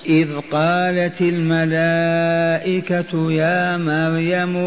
إذ قالت الملائكة يا مريم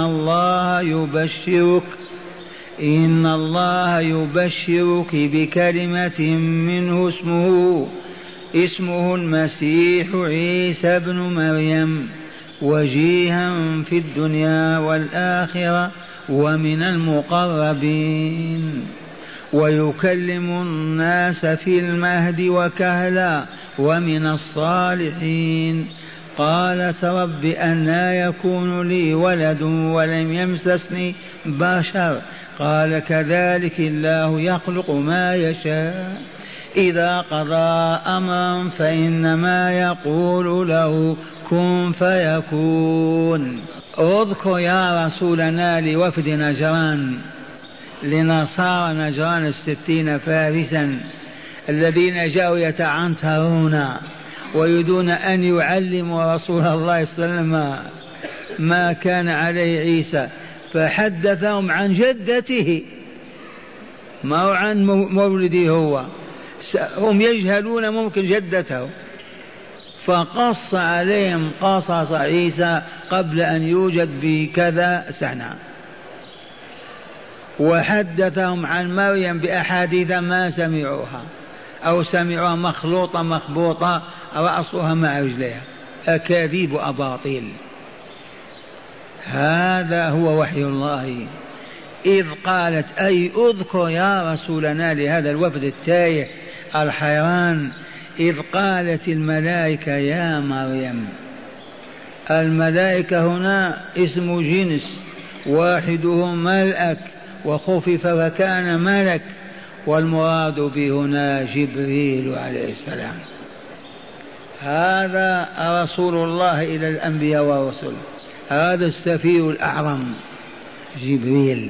إن الله يبشرك بكلمة منه اسمه المسيح عيسى بن مريم وجيها في الدنيا والآخرة ومن المقربين ويكلم الناس في المهد وكهلا ومن الصالحين. قالت رب أنى يكون لي ولد ولم يمسسني بشر قال كذلك الله يخلق ما يشاء إذا قضى أمرا فإنما يقول له كن فيكون. اذكر يا رسولنا لوفد نجران لنصارى نجران 60 فارسا الذين جاءوا يتعنترون ويريدون أن يعلموا رسول الله صلى الله عليه وسلم ما كان عليه عيسى، فحدثهم عن جدته ما عن مولده هو، هم يجهلون ممكن جدته، فقص عليهم قصص عيسى قبل أن يوجد بكذا سنة، وحدثهم عن مريم بأحاديث ما سمعوها أو سمعوها مخلوطة مخبوطة رأسها مع رجلها، أكاذيب وأباطيل. هذا هو وحي الله. إذ قالت أي اذكر يا رسولنا لهذا الوفد التايه الحيران، إذ قالت الملائكة يا مريم. الملائكة هنا اسم جنس واحدهم ملأك وخفف فكان ملك، والمراد به هنا جبريل عليه السلام. هذا رسول الله إلى الأنبياء والرسل، هذا السفير الأعظم جبريل.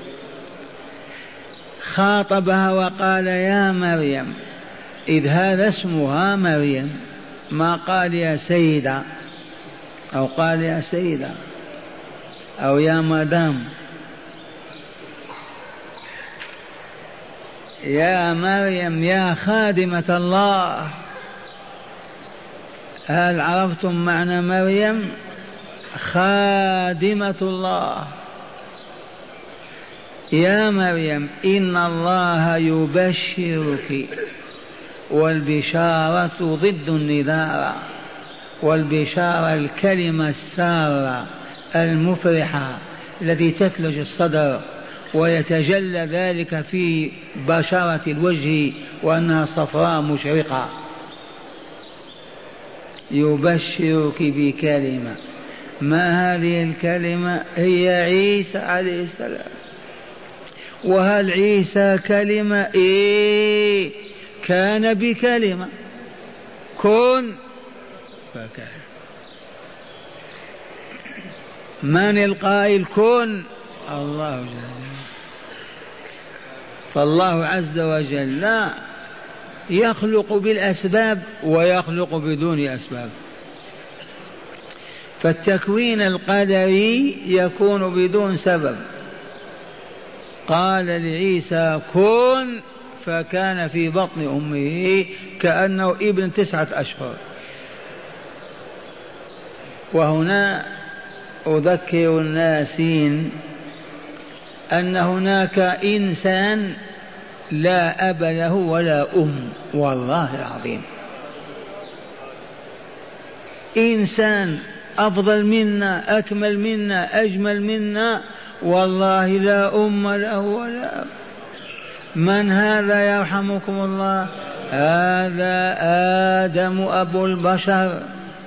خاطبها وقال يا مريم، إذ هذا اسمها مريم، ما قال يا سيدة أو قال يا سيدة أو يا مدام. يا مريم يا خادمة الله. هل عرفتم معنى مريم؟ خادمة الله. يا مريم إن الله يبشرك، والبشارة ضد النذارة، والبشارة الكلمة السارة المفرحة التي تثلج الصدر ويتجلى ذلك في بشرة الوجه وأنها صفراء مشرقة. يبشرك بكلمة، ما هذه الكلمة؟ هي عيسى عليه السلام. وهل عيسى كلمة؟ كان بكلمة كن فكان. من القائل كن؟ الله جل وعلا. فالله عز وجل لا يخلق بالأسباب ويخلق بدون أسباب، فالتكوين القدري يكون بدون سبب. قال لعيسى كن فكان في بطن أمه كأنه ابن 9 أشهر. وهنا أذكر الناسين أن هناك إنسان لا أب له ولا أم، والله العظيم إنسان أفضل منا أكمل منا أجمل منا، والله لا أم له ولا أب. من هذا يرحمكم الله؟ هذا آدم أبو البشر،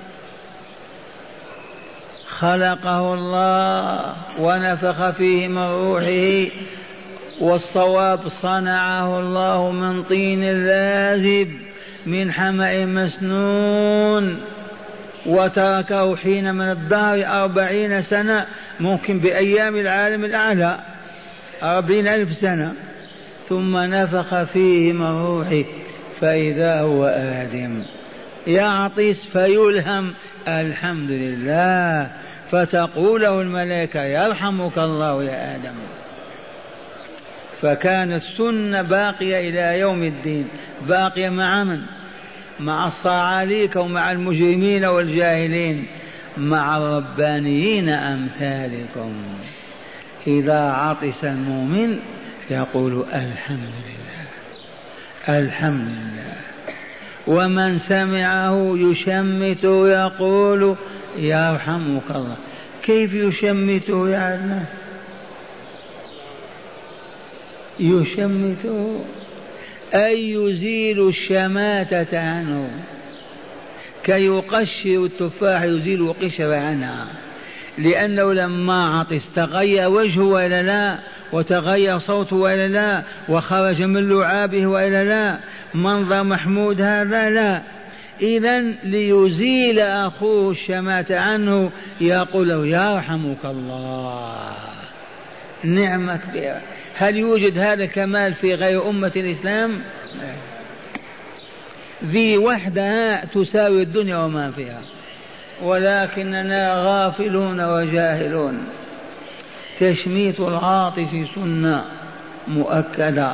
خلقه الله ونفخ فيه من روحه، والصواب صنعه الله من طين لازب من حمأ مسنون، وتركه حين من الدهر 40 سنة، ممكن بأيام العالم الأعلى 40,000 سنة، ثم نفخ فيه من روحه فإذا هو آدم يعطس فيلهم الحمد لله، فتقول له الملائكة يرحمك الله يا آدم. فكانت السنة باقية إلى يوم الدين، باقية مع من؟ مع الصعاليك ومع المجرمين والجاهلين، مع الربانيين أمثالكم. إذا عطس المؤمن يقول الحمد لله الحمد لله، ومن سمعه يشمت يقول يرحمك الله. كيف يشمته يا الله؟ يشمته أي يزيل الشماتة عنه، كي يقشر التفاح يزيل القشر عنها، لأنه لما عطس تغير وجهه وإلا لا، وتغير صوته وإلا لا، وخرج من لعابه وإلا لا، منظر محمود هذا لا. إذن ليزيل أخوه الشماتة عنه يقول له يرحمك الله. نعمة كبيرة. هل يوجد هذا الكمال في غير أمة الإسلام؟ ذي وحدها تساوي الدنيا وما فيها، ولكننا غافلون وجاهلون. تشميت العاطس سنة مؤكدة.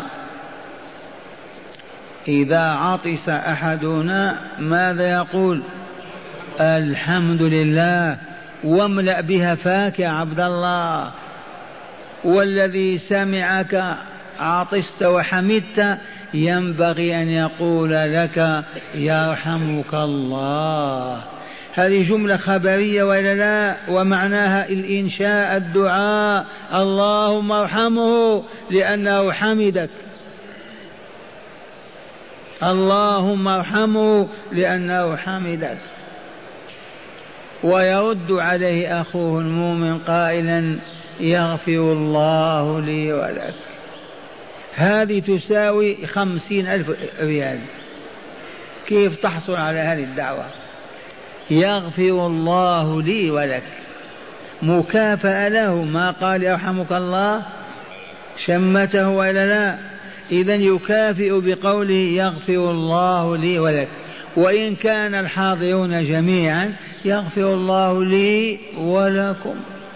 إذا عطس أحدنا ماذا يقول؟ الحمد لله، واملأ بها فاك يا عبد الله. والذي سمعك عطست وحمدت ينبغي أن يقول لك يرحمك الله. هذه جملة خبرية ولا لا؟ ومعناها الإنشاء الدعاء، اللهم ارحمه لأنه حمدك، اللهم ارحمه لأنه حمدك. ويرد عليه أخوه المؤمن قائلا يغفر الله لي ولك. هذه تساوي 50,000 ريال. كيف تحصل على هذه الدعوة؟ يغفر الله لي ولك، مكافأة له. ما قال يرحمك الله، شمته ولا لا؟ إذن يكافئ بقوله يغفر الله لي ولك. وإن كان الحاضرون جميعا يغفر الله لي ولكم.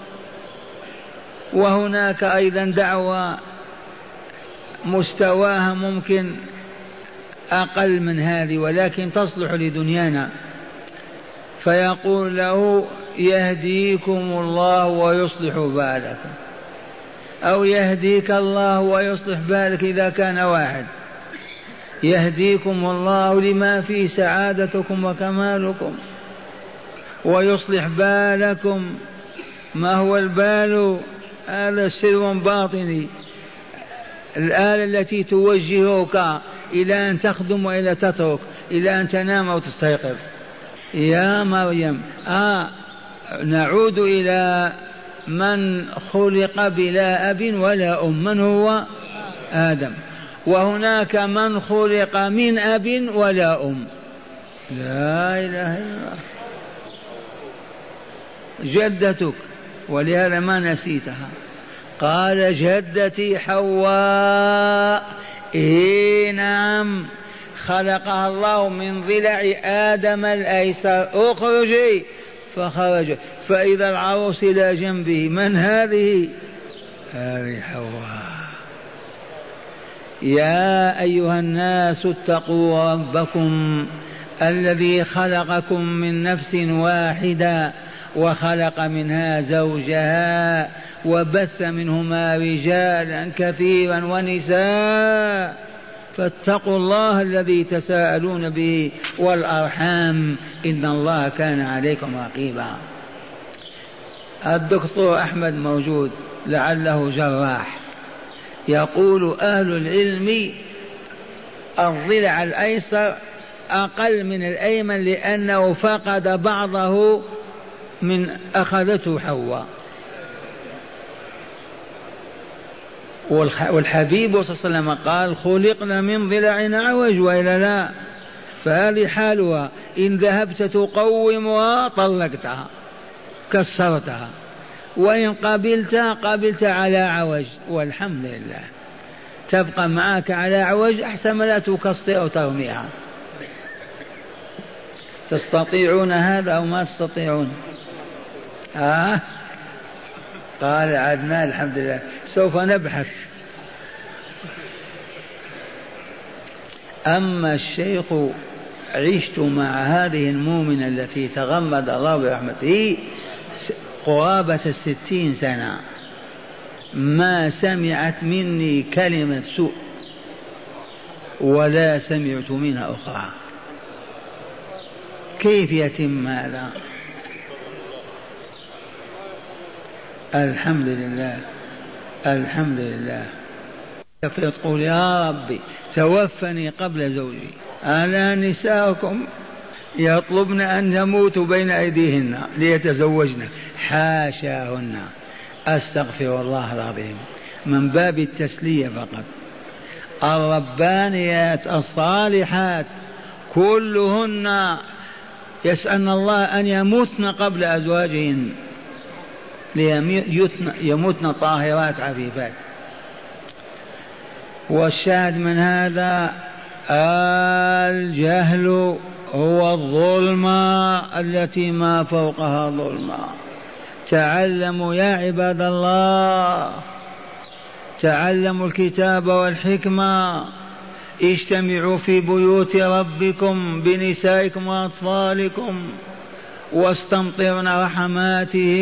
وهناك أيضا دعوة مستواها ممكن أقل من هذه ولكن تصلح لدنيانا، فيقول له يهديكم الله ويصلح بالكم، أو يهديك الله ويصلح بالك إذا كان واحد. يهديكم الله لما فيه سعادتكم وكمالكم، ويصلح بالكم. ما هو البال؟ هذا سر باطني، الآلة التي توجهك إلى أن تخدم وإلى تترك، إلى أن تنام أو تستيقظ. يا مريم نعود إلى من خلق بلا أب ولا أم، من هو؟ آدم. وهناك من خلق من أب ولا أم، لا إله إلا الله، جدتك، ولهذا ما نسيتها. قال جدتي حواء، إيه نعم، خلقها الله من ضلع آدم الأيسر، اخرجي، فخرج، فإذا العروس إلى جنبه. من هذه؟ هذه حواء. يا أيها الناس اتقوا ربكم الذي خلقكم من نفس واحدة وخلق منها زوجها وبث منهما رجالا كثيرا ونساء، فاتقوا الله الذي تساءلون به والأرحام إن الله كان عليكم رقيبا. الدكتور أحمد موجود لعله جراح، يقول أهل العلم الضلع الأيسر أقل من الأيمن لأنه فقد بعضه من أخذته حواء. والحبيب صلى الله عليه وسلم قال خلقنا من ضلع عوج وإلا لا، فهذه حالها. إن ذهبت تقومها طلقتها كسرتها، وإن قبلت على عوج، والحمد لله تبقى معك على عوج أحسن ما لا تكسر أو ترميها. تستطيعون هذا أو ما تستطيعون؟ قال عدنان الحمد لله سوف نبحث. أما الشيخ عشت مع هذه المؤمنة التي تغمد الله برحمته قرابة 60 سنة، ما سمعت مني كلمة سوء ولا سمعت منها أخرى. كيف يتم هذا؟ الحمد لله الحمد لله. تقول يا ربي توفني قبل زوجي. ألا نساؤكم يطلبن أن يموتوا بين أيديهن ليتزوجن؟ حاشاهن، أستغفر الله العظيم، من باب التسلية فقط. الربانيات الصالحات كلهن يسألن الله أن يموتن قبل أزواجهن يموتن طاهرات عفيفات. والشاهد من هذا الجهل هو الظلمة التي ما فوقها ظلمة. تعلموا يا عباد الله، تعلموا الكتاب والحكمة، اجتمعوا في بيوت ربكم بنسائكم وأطفالكم واستمطرن رحماته،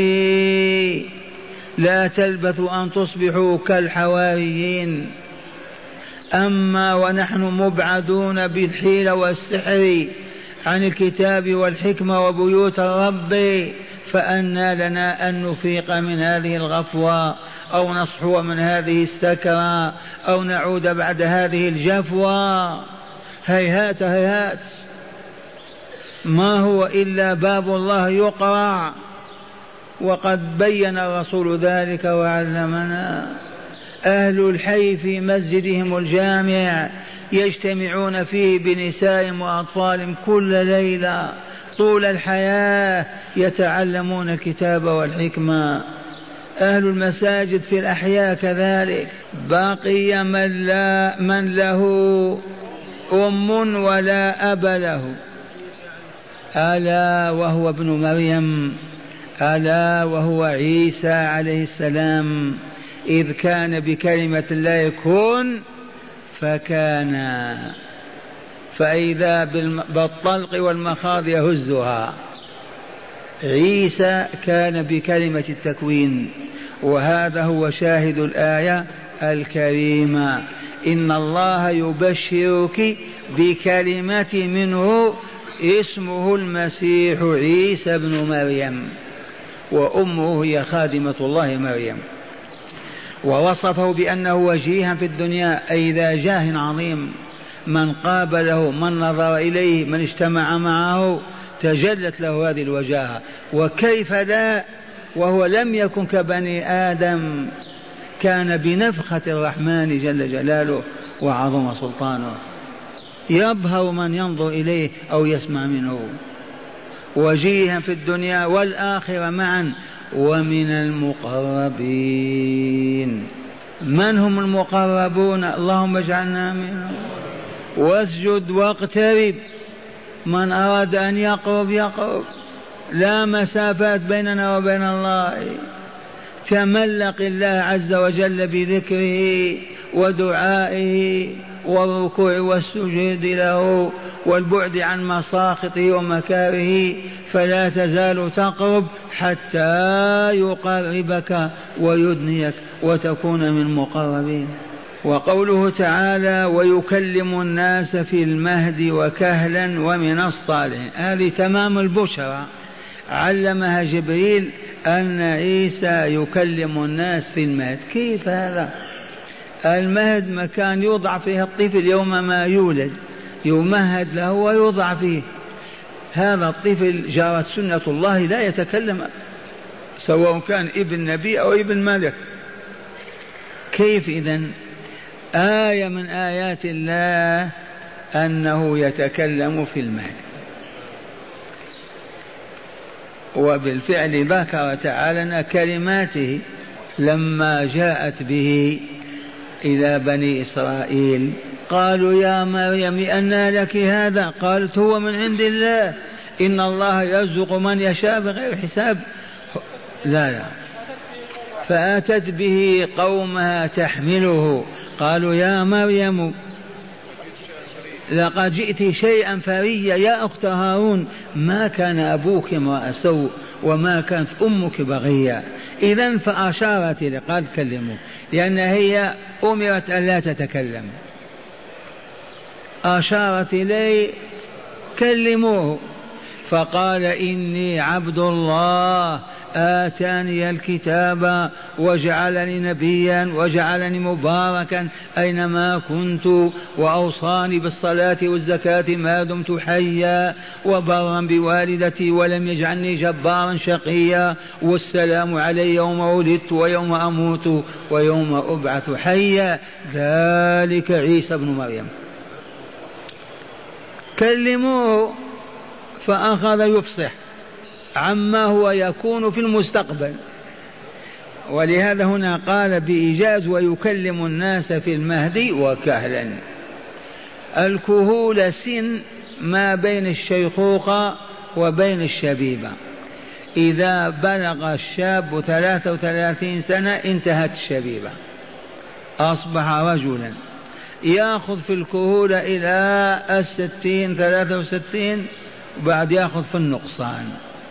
لا تلبثوا أن تصبحوا كالحواريين. أما ونحن مبعدون بالحيلة والسحر عن الكتاب والحكمة وبيوت الرب، فأنى لنا أن نفيق من هذه الغفوة أو نصحو من هذه السكرة أو نعود بعد هذه الجفوة. هيهات هيهات، ما هو إلا باب الله يقرع، وقد بين الرسول ذلك وعلمنا. أهل الحي في مسجدهم الجامع يجتمعون فيه بنسائهم وأطفالهم كل ليلة طول الحياة يتعلمون الكتاب والحكمة. أهل المساجد في الأحياء كذلك. بقي من له أم ولا أب له، ألا وهو ابن مريم، ألا وهو عيسى عليه السلام، إذ كان بكلمة الله يكون فكان، فإذا بالطلق والمخاض يهزها. عيسى كان بكلمة التكوين، وهذا هو شاهد الآية الكريمة: إن الله يبشرك بكلمة منه اسمه المسيح عيسى بن مريم، وأمه هي خادمة الله مريم. ووصفه بأنه وجيها في الدنيا، أي ذا جاه عظيم، من قابله، من نظر إليه، من اجتمع معه تجلت له هذه الوجاهة. وكيف لا وهو لم يكن كبني آدم، كان بنفخة الرحمن جل جلاله وعظم سلطانه، يبهر من ينظر إليه أو يسمع منه. وجيها في الدنيا والآخرة معا، ومن المقربين. من هم المقربون؟ اللهم اجعلنا منهم. واسجد واقترب، من أراد أن يقرب يقرب، لا مسافات بيننا وبين الله. تملق الله عز وجل بذكره ودعائه والركوع والسجود له والبعد عن مساخطه ومكاره، فلا تزال تقرب حتى يقربك ويدنيك وتكون من مقربين. وقوله تعالى: ويكلم الناس في المهد وكهلا ومن الصالحين، هذه تمام البشرى. علمها جبريل أن عيسى يكلم الناس في المهد. كيف هذا؟ المهد مكان يوضع فيه الطفل يوم ما يولد، يمهد له ويوضع فيه. هذا الطفل جرت سنة الله لا يتكلم، سواء كان ابن نبي أو ابن ملك. كيف إذن؟ آية من آيات الله أنه يتكلم في المهد. وبالفعل ذكر تعالى كلماته لما جاءت به إلى بني إسرائيل، قالوا يا مريم أنى لك هذا؟ قالت هو من عند الله، إن الله يرزق من يشاء بغير حساب. لا فأتت به قومها تحمله، قالوا يا مريم لقد جئت شيئا فريا يا أخت هارون، ما كان أبوك امرأ سوء وما كانت أمك بغيا. إذن فأشارت إليه، قال كلموه، لأن هي أمرت أن لا تتكلم. أشارت إليه كلموه، فقال إني عبد الله آتاني الكتاب وجعلني نبيا وجعلني مباركا أينما كنت وأوصاني بالصلاة والزكاة ما دمت حيا وبرا بوالدتي ولم يجعلني جبارا شقيا والسلام علي يوم ولدت ويوم أموت ويوم أبعث حيا ذلك عيسى ابن مريم. كلموه فأخذ يفصح عما هو يكون في المستقبل. ولهذا هنا قال بإيجاز ويكلم الناس في المهد وكهلا. الكهولة سن ما بين الشيخوخة وبين الشبيبة. إذا بلغ الشاب 33 سنة انتهت الشبيبة، أصبح رجلا. يأخذ في الكهولة إلى 60 63 وبعد يأخذ في النقصان.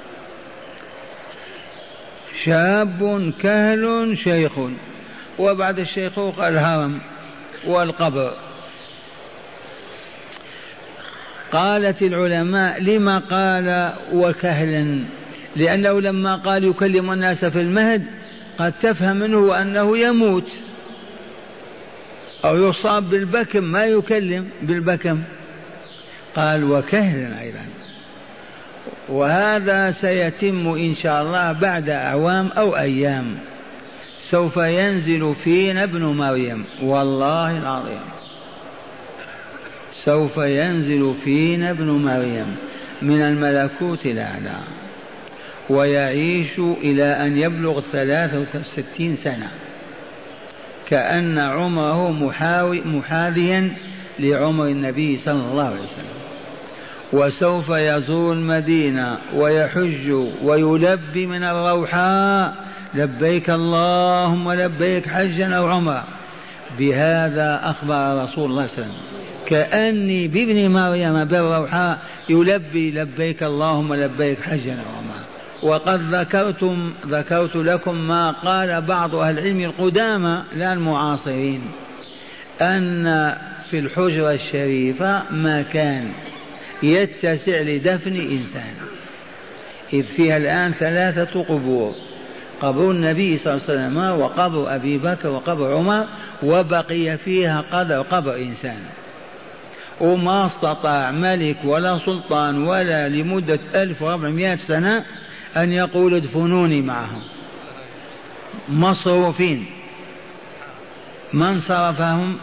شاب كهل شيخ، وبعد الشيخوخة الهرم والقبر. قالت العلماء لما قال وكهلا؟ لأنه لما قال يكلم الناس في المهد قد تفهم منه أنه يموت أو يصاب بالبكم، ما يكلم بالبكم. قال وكهلا أيضا، وهذا سيتم إن شاء الله بعد أعوام أو أيام. سوف ينزل فينا ابن مريم، والله العظيم سوف ينزل فينا ابن مريم من الملكوت الأعلى، ويعيش إلى أن يبلغ 63 سنة، كأن عمره محاذيا لعمر النبي صلى الله عليه وسلم. وسوف يزور المدينة ويحج ويلبي من الروحاء لبيك اللهم لبيك حجا أو عمرة. بهذا أخبر رسول الله صلى الله عليه وسلم، كأني بابن مريم بالروحاء يلبي لبيك اللهم لبيك حجا أو عمرة. وقد ذكرت لكم ما قال بعض أهل العلم القدامى لا المعاصرين، أن في الحجرة الشريفة مكان يتسع لدفن إنسان، إذ فيها الآن 3 قبور: قبر النبي صلى الله عليه وسلم وقبر أبي بكر وقبر عمر، وبقي فيها قبر إنسان. وما استطاع ملك ولا سلطان ولا لمدة 1400 سنة أن يقول ادفنوني معهم، مصروفين، من صرفهم؟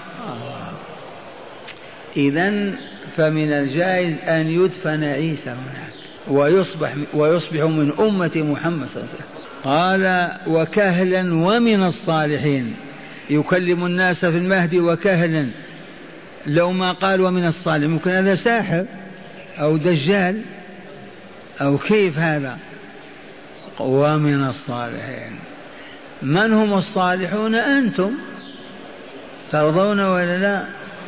إذن فمن الجائز أن يدفن عيسى هناك ويصبح من أمة محمد صلى الله عليه وسلم. قال وكهلا ومن الصالحين، يكلم الناس في المهد وكهلا. لو ما قال ومن الصالح ممكن هذا ساحر أو دجال أو كيف هذا؟ ومن الصالحين. من هم الصالحون؟ أنتم ترضون ولا لا؟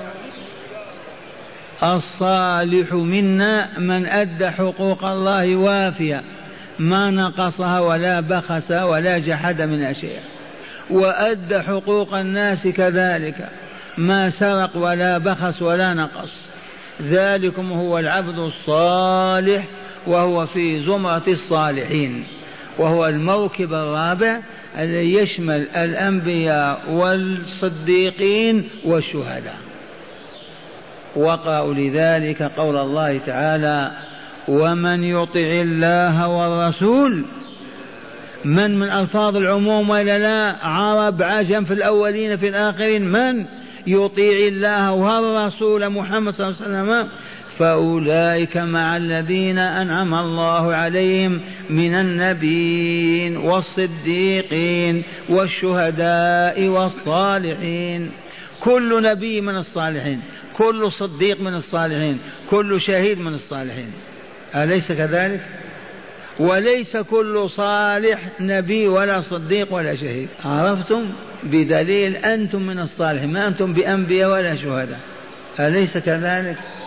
الصالح منا من أدى حقوق الله وافية، ما نقصها ولا بخس ولا جحد من أشياء، وأدى حقوق الناس كذلك، ما سرق ولا بخس ولا نقص. ذلكم هو العبد الصالح، وهو في زمرة الصالحين، وهو الموكب الرابع الذي يشمل الأنبياء والصديقين والشهداء. وقعوا لذلك قول الله تعالى ومن يطع الله والرسول. من ألفاظ العموم ولا لا؟ عرب عجم، في الأولين في الآخرين. من يطيع الله والرسول محمد صلى الله عليه وسلم فأولئك مع الذين أنعم الله عليهم من النبيين والصديقين والشهداء والصالحين. كل نبي من الصالحين، كل صديق من الصالحين، كل شهيد من الصالحين، أليس كذلك؟ وليس كل صالح نبي ولا صديق ولا شهيد. عرفتم؟ بدليل أنتم من الصالحين، ما أنتم بأنبياء ولا شهداء، أليس كذلك؟